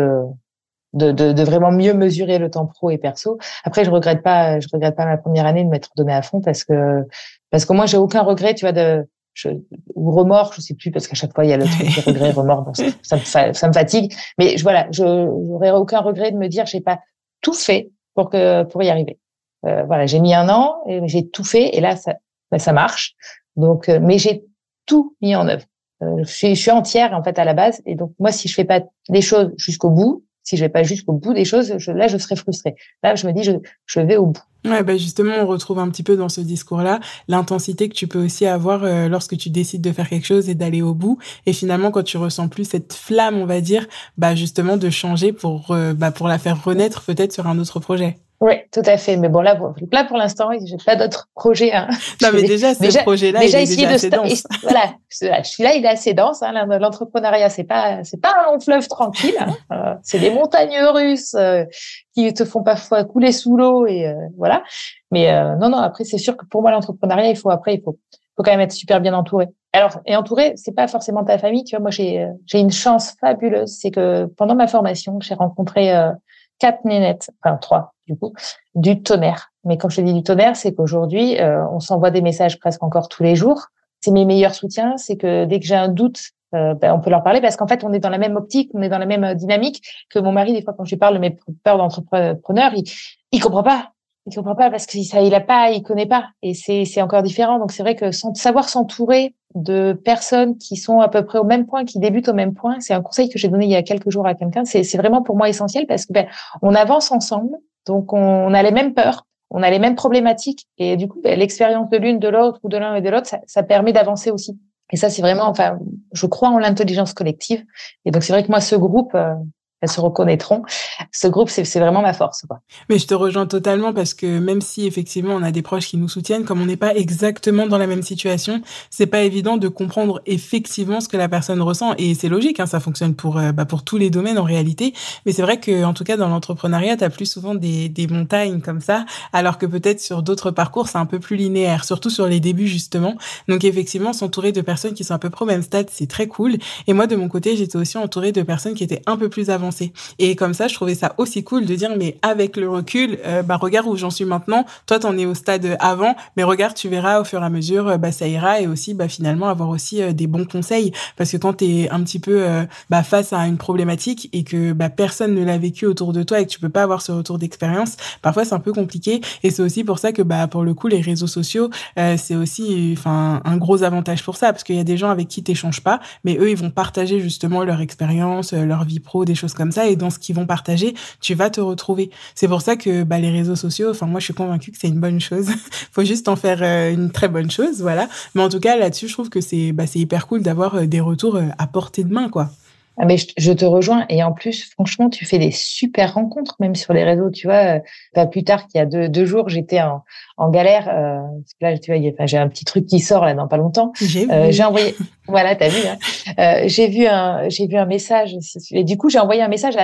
de vraiment mieux mesurer le temps pro et perso. Après je regrette pas ma première année de m'être donnée à fond parce que moi j'ai aucun regret, tu vois, ou remords, je sais plus, parce qu'à chaque fois, il y a le truc de regret, remords, bon, ça me fatigue. Mais j'aurais aucun regret de me dire, j'ai pas tout fait pour y arriver. Voilà, j'ai mis 1 an et j'ai tout fait et là, ça marche. Donc, mais j'ai tout mis en œuvre. Je suis entière, en fait, à la base. Et donc, moi, si je fais pas les choses jusqu'au bout, si je vais pas jusqu'au bout des choses, là, je serai frustrée. Là, je me dis, je vais au bout. Ouais, bah justement, on retrouve un petit peu dans ce discours-là l'intensité que tu peux aussi avoir lorsque tu décides de faire quelque chose et d'aller au bout. Et finalement, quand tu ressens plus cette flamme, on va dire, bah justement de changer pour la faire renaître peut-être sur un autre projet. Oui, tout à fait. Mais bon, là, pour l'instant, j'ai pas d'autres projets. Hein. Non, mais déjà, ce projet-là, il est déjà assez dense. Voilà, celui-là, il est assez dense. Hein. L'entrepreneuriat, c'est pas un long fleuve tranquille. Hein. C'est des montagnes russes qui te font parfois couler sous l'eau et voilà. Mais non. Après, c'est sûr que pour moi, l'entrepreneuriat, il faut quand même être super bien entouré. Alors, et entouré, c'est pas forcément ta famille. Tu vois, moi, j'ai une chance fabuleuse, c'est que pendant ma formation, j'ai rencontré 4 nénettes, enfin 3 du coup, du tonnerre. Mais quand je te dis du tonnerre, c'est qu'aujourd'hui, on s'envoie des messages presque encore tous les jours. C'est mes meilleurs soutiens, c'est que dès que j'ai un doute, on peut leur parler parce qu'en fait, on est dans la même optique, on est dans la même dynamique que mon mari. Des fois, quand je lui parle de mes peurs d'entrepreneur, il comprend pas. Il comprend pas parce que il connaît pas. Et c'est encore différent. Donc, c'est vrai que savoir s'entourer de personnes qui sont à peu près au même point, qui débutent au même point, c'est un conseil que j'ai donné il y a quelques jours à quelqu'un. C'est vraiment pour moi essentiel parce que, on avance ensemble. Donc, on a les mêmes peurs, on a les mêmes problématiques. Et du coup, l'expérience de l'une, de l'autre ou de l'un et de l'autre, ça permet d'avancer aussi. Et ça, c'est vraiment, enfin, je crois en l'intelligence collective. Et donc, c'est vrai que moi, ce groupe, elles se reconnaîtront. Ce groupe, c'est vraiment ma force, quoi. Mais je te rejoins totalement parce que même si effectivement on a des proches qui nous soutiennent, comme on n'est pas exactement dans la même situation, c'est pas évident de comprendre effectivement ce que la personne ressent. Et c'est logique, hein, ça fonctionne pour tous les domaines en réalité. Mais c'est vrai que en tout cas dans l'entrepreneuriat, t'as plus souvent des montagnes comme ça, alors que peut-être sur d'autres parcours c'est un peu plus linéaire, surtout sur les débuts justement. Donc effectivement, s'entourer de personnes qui sont à peu près au même stade, c'est très cool. Et moi de mon côté, j'étais aussi entourée de personnes qui étaient un peu plus avancées. Et comme ça, je trouvais ça aussi cool de dire, mais avec le recul, regarde où j'en suis maintenant. Toi, t'en es au stade avant, mais regarde, tu verras au fur et à mesure, ça ira. Et aussi, finalement, avoir aussi des bons conseils. Parce que quand t'es un petit peu face à une problématique et que personne ne l'a vécu autour de toi et que tu peux pas avoir ce retour d'expérience, parfois c'est un peu compliqué. Et c'est aussi pour ça que pour le coup, les réseaux sociaux, c'est aussi un gros avantage pour ça, parce qu'il y a des gens avec qui t'échanges pas, mais eux, ils vont partager justement leur expérience, leur vie pro, des choses comme ça, et dans ce qu'ils vont partager, tu vas te retrouver. C'est pour ça que les réseaux sociaux, moi je suis convaincue que c'est une bonne chose. Faut juste en faire une très bonne chose, voilà. Mais en tout cas, là-dessus, je trouve que c'est hyper cool d'avoir des retours à portée de main, quoi. Ah, mais je te rejoins. Et en plus, franchement, tu fais des super rencontres, même sur les réseaux. Tu vois, pas plus tard qu'il y a deux jours, j'étais en galère. Parce que là, tu vois, j'ai un petit truc qui sort là dans pas longtemps. J'ai envoyé. Voilà, t'as vu. Hein. J'ai vu un message. Et du coup, j'ai envoyé un message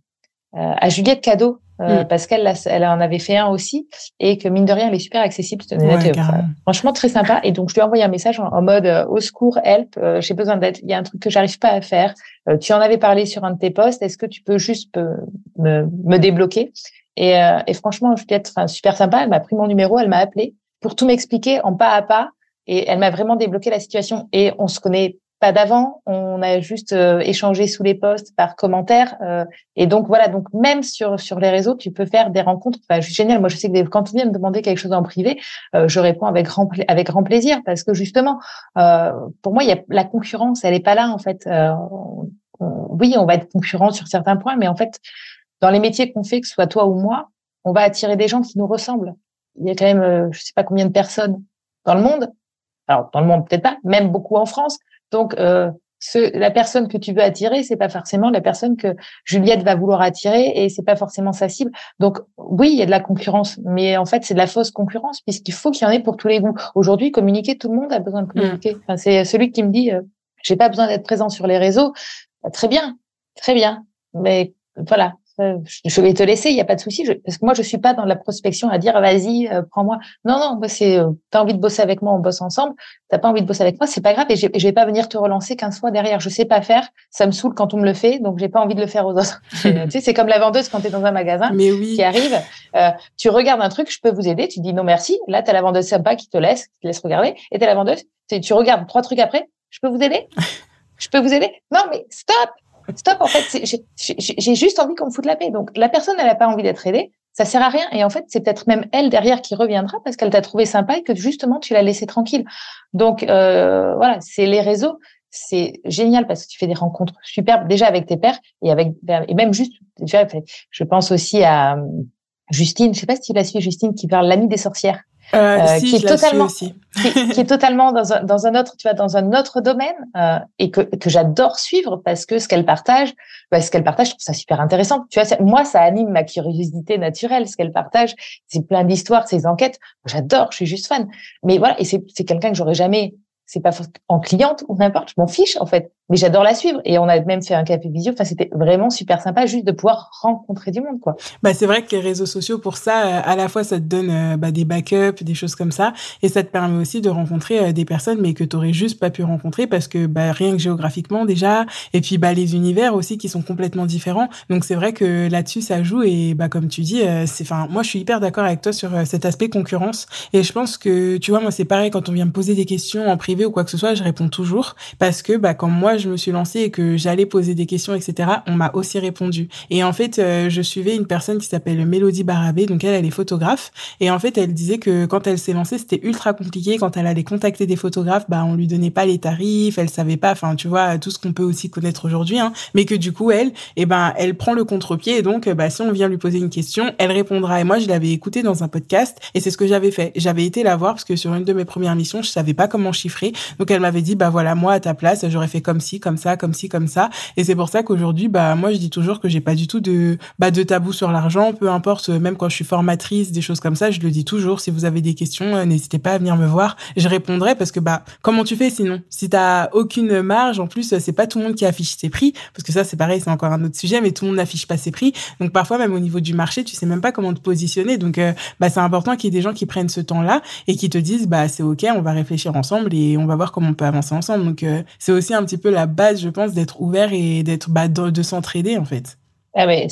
à Juliette Cadeau. Parce qu'elle en avait fait un aussi et que mine de rien elle est super accessible, franchement très sympa. Et donc je lui ai envoyé un message en mode au secours, help, j'ai besoin d'aide, il y a un truc que j'arrive pas à faire, tu en avais parlé sur un de tes posts, est-ce que tu peux juste me débloquer? Et franchement Juliette, super sympa, elle m'a pris mon numéro, elle m'a appelé pour tout m'expliquer en pas à pas et elle m'a vraiment débloqué la situation. Et on se connaît pas d'avant, on a juste échangé sous les posts par commentaire et donc voilà, donc même sur les réseaux tu peux faire des rencontres juste génial. Moi je sais que quand on vient me demander quelque chose en privé, je réponds avec grand plaisir parce que justement pour moi il y a la concurrence, elle est pas là en fait. Oui, on va être concurrent sur certains points, mais en fait dans les métiers qu'on fait, que ce soit toi ou moi, on va attirer des gens qui nous ressemblent. Il y a quand même je sais pas combien de personnes dans le monde, alors dans le monde peut-être pas, même beaucoup en France. Donc, la personne que tu veux attirer, c'est pas forcément la personne que Juliette va vouloir attirer et c'est pas forcément sa cible. Donc, oui, il y a de la concurrence, mais en fait, c'est de la fausse concurrence puisqu'il faut qu'il y en ait pour tous les goûts. Aujourd'hui, communiquer, tout le monde a besoin de communiquer. Enfin, c'est celui qui me dit, j'ai pas besoin d'être présent sur les réseaux. Très bien, mais voilà. Je vais te laisser, il y a pas de souci, parce que moi je suis pas dans la prospection à dire vas-y prends-moi. Non, moi c'est t'as envie de bosser avec moi, on bosse ensemble. T'as pas envie de bosser avec moi, c'est pas grave et je vais pas venir te relancer 15 fois derrière. Je sais pas faire, ça me saoule quand on me le fait, donc j'ai pas envie de le faire aux autres. Tu sais, c'est comme la vendeuse quand t'es dans un magasin qui arrive, tu regardes un truc, je peux vous aider, tu dis non merci. Là t'as la vendeuse sympa qui te laisse regarder, et t'as la vendeuse Tu regardes 3 trucs après. Je peux vous aider? Je peux vous aider? Non, mais stop! Stop, en fait, j'ai juste envie qu'on me foute la paix. Donc, la personne, elle n'a pas envie d'être aidée. Ça sert à rien. Et en fait, c'est peut-être même elle derrière qui reviendra parce qu'elle t'a trouvé sympa et que justement, tu l'as laissé tranquille. Donc, voilà, c'est les réseaux. C'est génial parce que tu fais des rencontres superbes déjà avec tes pairs et même juste, je pense aussi à Justine. Je sais pas si tu la suis, Justine, qui parle l'amie des sorcières. Si, Qui je est la suis totalement, aussi. qui est totalement dans un autre, tu vois, dans un autre domaine, et que j'adore suivre parce que ce qu'elle partage, je trouve ça super intéressant. Tu vois, moi, ça anime ma curiosité naturelle. Ce qu'elle partage, c'est plein d'histoires, ses enquêtes. J'adore, je suis juste fan. Mais voilà, et c'est quelqu'un que j'aurais jamais, c'est pas en cliente ou n'importe, je m'en fiche, en fait. Mais j'adore la suivre. Et on a même fait un café visio. Enfin, c'était vraiment super sympa juste de pouvoir rencontrer du monde, quoi. Bah, c'est vrai que les réseaux sociaux, pour ça, à la fois, ça te donne des backups, des choses comme ça, et ça te permet aussi de rencontrer des personnes, mais que t'aurais juste pas pu rencontrer parce que rien que géographiquement déjà, et puis les univers aussi qui sont complètement différents. Donc c'est vrai que là-dessus, ça joue, et comme tu dis, moi, je suis hyper d'accord avec toi sur cet aspect concurrence, et je pense que, tu vois, moi, c'est pareil quand on vient me poser des questions en privé ou quoi que ce soit, je réponds toujours parce que quand moi je me suis lancée et que j'allais poser des questions, etc., on m'a aussi répondu. Et en fait, je suivais une personne qui s'appelle Mélodie Barabé, donc elle est photographe, et en fait elle disait que quand elle s'est lancée, c'était ultra compliqué. Quand elle allait contacter des photographes, on lui donnait pas les tarifs, elle savait pas, enfin tu vois, tout ce qu'on peut aussi connaître aujourd'hui, hein, mais que du coup elle prend le contre-pied, et donc si on vient lui poser une question, elle répondra. Et moi je l'avais écoutée dans un podcast, et c'est ce que j'avais fait. J'avais été la voir parce que sur une de mes premières missions, je savais pas comment chiffrer, donc elle m'avait dit voilà, moi à ta place j'aurais fait comme ci, comme ça, comme ci, comme ça. Et c'est pour ça qu'aujourd'hui moi je dis toujours que j'ai pas du tout de tabou sur l'argent, peu importe, même quand je suis formatrice, des choses comme ça, je le dis toujours. Si vous avez des questions, n'hésitez pas à venir me voir, je répondrai, parce que comment tu fais sinon? Si t'as aucune marge, en plus c'est pas tout le monde qui affiche ses prix, parce que ça c'est pareil, c'est encore un autre sujet, mais tout le monde n'affiche pas ses prix. Donc parfois même au niveau du marché, tu sais même pas comment te positionner. Donc c'est important qu'il y ait des gens qui prennent ce temps-là et qui te disent c'est ok, on va réfléchir ensemble et on va voir comment on peut avancer ensemble. Donc c'est aussi un petit peu la base, je pense, d'être ouvert et d'être de s'entraider en fait. Ah mais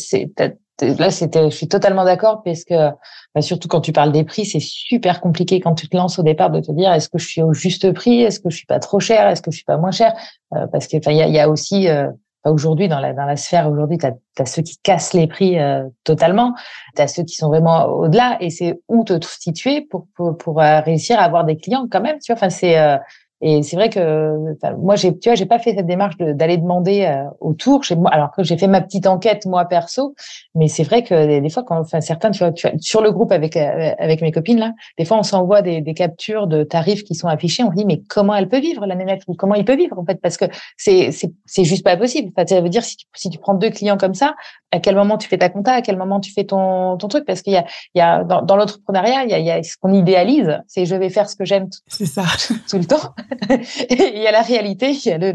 je suis totalement d'accord parce que surtout quand tu parles des prix, c'est super compliqué quand tu te lances au départ de te dire est-ce que je suis au juste prix, est-ce que je suis pas trop cher, est-ce que je suis pas moins cher, parce que il y a aussi aujourd'hui dans la sphère aujourd'hui t'as ceux qui cassent les prix totalement, t'as ceux qui sont vraiment au-delà, et c'est où te situer pour réussir à avoir des clients quand même, tu vois. Enfin et c'est vrai que moi j'ai pas fait cette démarche d'aller demander autour alors que j'ai fait ma petite enquête moi perso, mais c'est vrai que des fois certains tu vois sur le groupe avec mes copines là, des fois on s'envoie des captures de tarifs qui sont affichés, on se dit mais comment elle peut vivre la nénette, ou comment il peut vivre en fait, parce que c'est juste pas possible. Enfin, ça veut dire si tu prends 2 clients comme ça, à quel moment tu fais ta compta, à quel moment tu fais ton truc, parce qu'il y a dans l'entrepreneuriat il y a ce qu'on idéalise, c'est je vais faire ce que j'aime c'est ça tout le temps. Et il y a la réalité, il y a le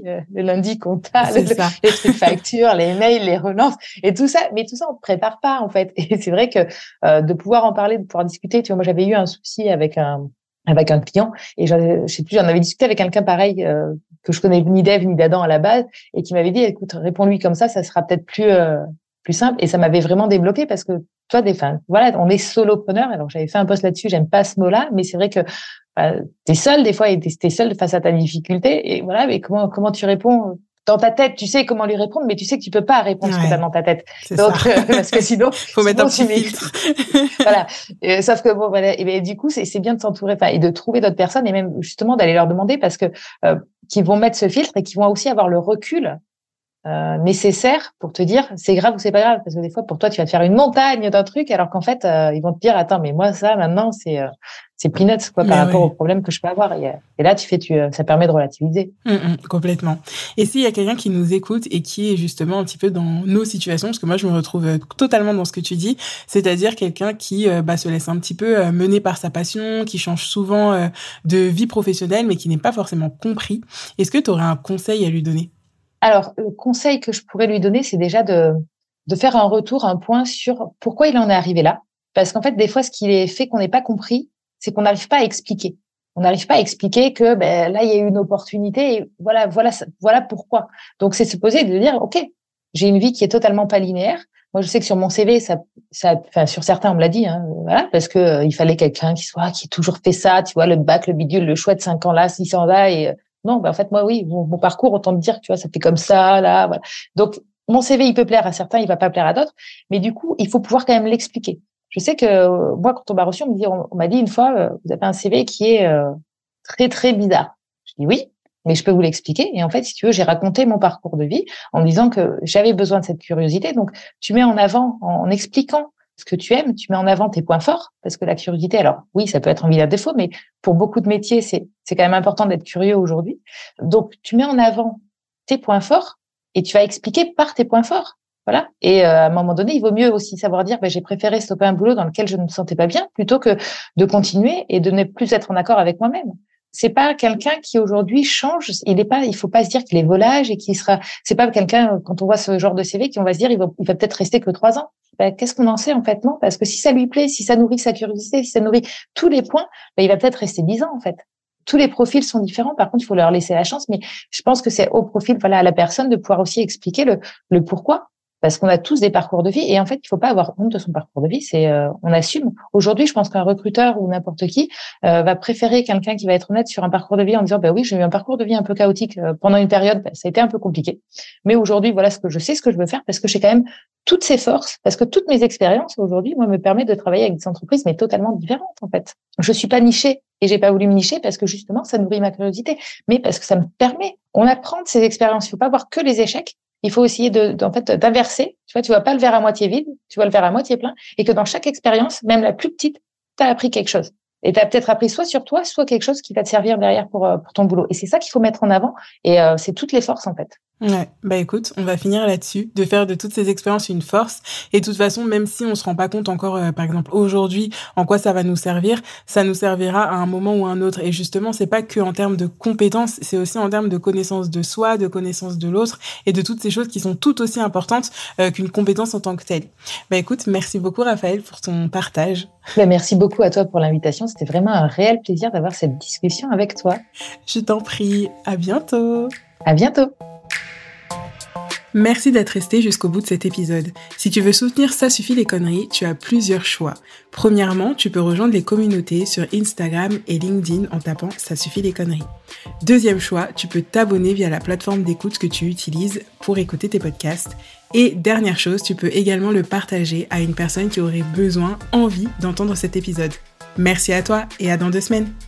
lundi compta, les trucs factures, les mails, les relances et tout ça. Mais tout ça, on ne prépare pas, en fait. Et c'est vrai que de pouvoir en parler, de pouvoir discuter. Tu vois, moi, j'avais eu un souci avec un client, et je sais plus, j'en avais discuté avec quelqu'un pareil, que je connais ni d'Ève ni d'Adam à la base, et qui m'avait dit, écoute, réponds-lui comme ça sera peut-être plus simple. Et ça m'avait vraiment débloqué parce que toi, voilà, on est solopreneur. Alors, j'avais fait un post là-dessus, j'aime pas ce mot-là, mais c'est vrai que t'es seul des fois, et t'es seul face à ta difficulté, et voilà. Mais comment tu réponds dans ta tête? Tu sais comment lui répondre, mais tu sais que tu peux pas répondre ce que t'as dans ta tête. Donc parce que sinon faut mettre un petit filtre. Voilà. Sauf que bon, voilà. Et du coup, c'est bien de s'entourer, et de trouver d'autres personnes, et même justement d'aller leur demander, parce que qui vont mettre ce filtre et qui vont aussi avoir le recul nécessaire pour te dire c'est grave ou c'est pas grave, parce que des fois pour toi tu vas te faire une montagne d'un truc, alors qu'en fait ils vont te dire attends, mais moi ça maintenant c'est peanuts quoi, par rapport au problème que je peux avoir, et là ça permet de relativiser. Complètement. Et s'il y a quelqu'un qui nous écoute et qui est justement un petit peu dans nos situations, parce que moi je me retrouve totalement dans ce que tu dis, c'est-à-dire quelqu'un qui se laisse un petit peu mener par sa passion, qui change souvent de vie professionnelle mais qui n'est pas forcément compris, est-ce que tu aurais un conseil à lui donner? Alors, le conseil que je pourrais lui donner, c'est déjà de faire un retour, un point sur pourquoi il en est arrivé là. Parce qu'en fait, des fois, ce qui est fait qu'on n'ait pas compris, c'est qu'on n'arrive pas à expliquer. On n'arrive pas à expliquer que là, il y a eu une opportunité, et voilà pourquoi. Donc, c'est se poser et de dire, OK, j'ai une vie qui est totalement pas linéaire. Moi, je sais que sur mon CV, enfin, sur certains, on me l'a dit, hein, voilà, parce que il fallait quelqu'un qui ait toujours fait ça, tu vois, le bac, le bidule, le chouette, 5 ans là, 6 ans là, et non, en fait, moi, oui, mon parcours, autant te dire, tu vois, ça fait comme ça, là, voilà. Donc, mon CV, il peut plaire à certains, il va pas plaire à d'autres, mais du coup, il faut pouvoir quand même l'expliquer. Je sais que moi, quand on m'a reçu, on m'a dit une fois, vous avez un CV qui est très, très bizarre. Je dis oui, mais je peux vous l'expliquer. Et en fait, si tu veux, j'ai raconté mon parcours de vie en disant que j'avais besoin de cette curiosité. Donc, tu mets en avant, en expliquant ce que tu aimes, tu mets en avant tes points forts, parce que la curiosité, alors oui, ça peut être un vilain défaut, mais pour beaucoup de métiers, c'est quand même important d'être curieux aujourd'hui. Donc, tu mets en avant tes points forts et tu vas expliquer par tes points forts. Voilà. Et à un moment donné, il vaut mieux aussi savoir dire, j'ai préféré stopper un boulot dans lequel je ne me sentais pas bien, plutôt que de continuer et de ne plus être en accord avec moi-même. C'est pas quelqu'un qui aujourd'hui change. Il faut pas se dire qu'il est volage et qu'il sera. C'est pas quelqu'un, quand on voit ce genre de CV, qu'on va se dire il va peut-être rester que 3 ans. Qu'est-ce qu'on en sait en fait? Non, parce que si ça lui plaît, si ça nourrit sa curiosité, si ça nourrit tous les points, il va peut-être rester 10 ans en fait. Tous les profils sont différents. Par contre, il faut leur laisser la chance. Mais je pense que c'est au profil, voilà, à la personne de pouvoir aussi expliquer le pourquoi. Parce qu'on a tous des parcours de vie et en fait, il faut pas avoir honte de son parcours de vie. On assume. Aujourd'hui, je pense qu'un recruteur ou n'importe qui va préférer quelqu'un qui va être honnête sur un parcours de vie en disant, oui, j'ai eu un parcours de vie un peu chaotique pendant une période, ça a été un peu compliqué. Mais aujourd'hui, voilà ce que je sais, ce que je veux faire, parce que j'ai quand même toutes ces forces, parce que toutes mes expériences aujourd'hui, moi, me permettent de travailler avec des entreprises, mais totalement différentes en fait. Je suis pas nichée et j'ai pas voulu me nicher parce que justement, ça nourrit ma curiosité, mais parce que ça me permet. On apprend de ces expériences. Il faut pas voir que les échecs. Il faut essayer d'inverser. Tu vois, tu vois pas le verre à moitié vide, tu vois le verre à moitié plein, et que dans chaque expérience, même la plus petite, tu as appris quelque chose. Et tu as peut-être appris soit sur toi, soit quelque chose qui va te servir derrière pour ton boulot. Et c'est ça qu'il faut mettre en avant. Et c'est toutes les forces, en fait. Ouais, écoute, on va finir là-dessus, de faire de toutes ces expériences une force. Et de toute façon, même si on se rend pas compte encore, par exemple, aujourd'hui, en quoi ça va nous servir, ça nous servira à un moment ou à un autre. Et justement, c'est pas que en termes de compétences, c'est aussi en termes de connaissance de soi, de connaissance de l'autre, et de toutes ces choses qui sont tout aussi importantes qu'une compétence en tant que telle. Écoute, merci beaucoup Raphaël pour ton partage. Merci beaucoup à toi pour l'invitation. C'était vraiment un réel plaisir d'avoir cette discussion avec toi. Je t'en prie. À bientôt. À bientôt. Merci d'être resté jusqu'au bout de cet épisode. Si tu veux soutenir Ça suffit les conneries, tu as plusieurs choix. Premièrement, tu peux rejoindre les communautés sur Instagram et LinkedIn en tapant Ça suffit les conneries. Deuxième choix, tu peux t'abonner via la plateforme d'écoute que tu utilises pour écouter tes podcasts. Et dernière chose, tu peux également le partager à une personne qui aurait besoin, envie d'entendre cet épisode. Merci à toi et à dans 2 semaines.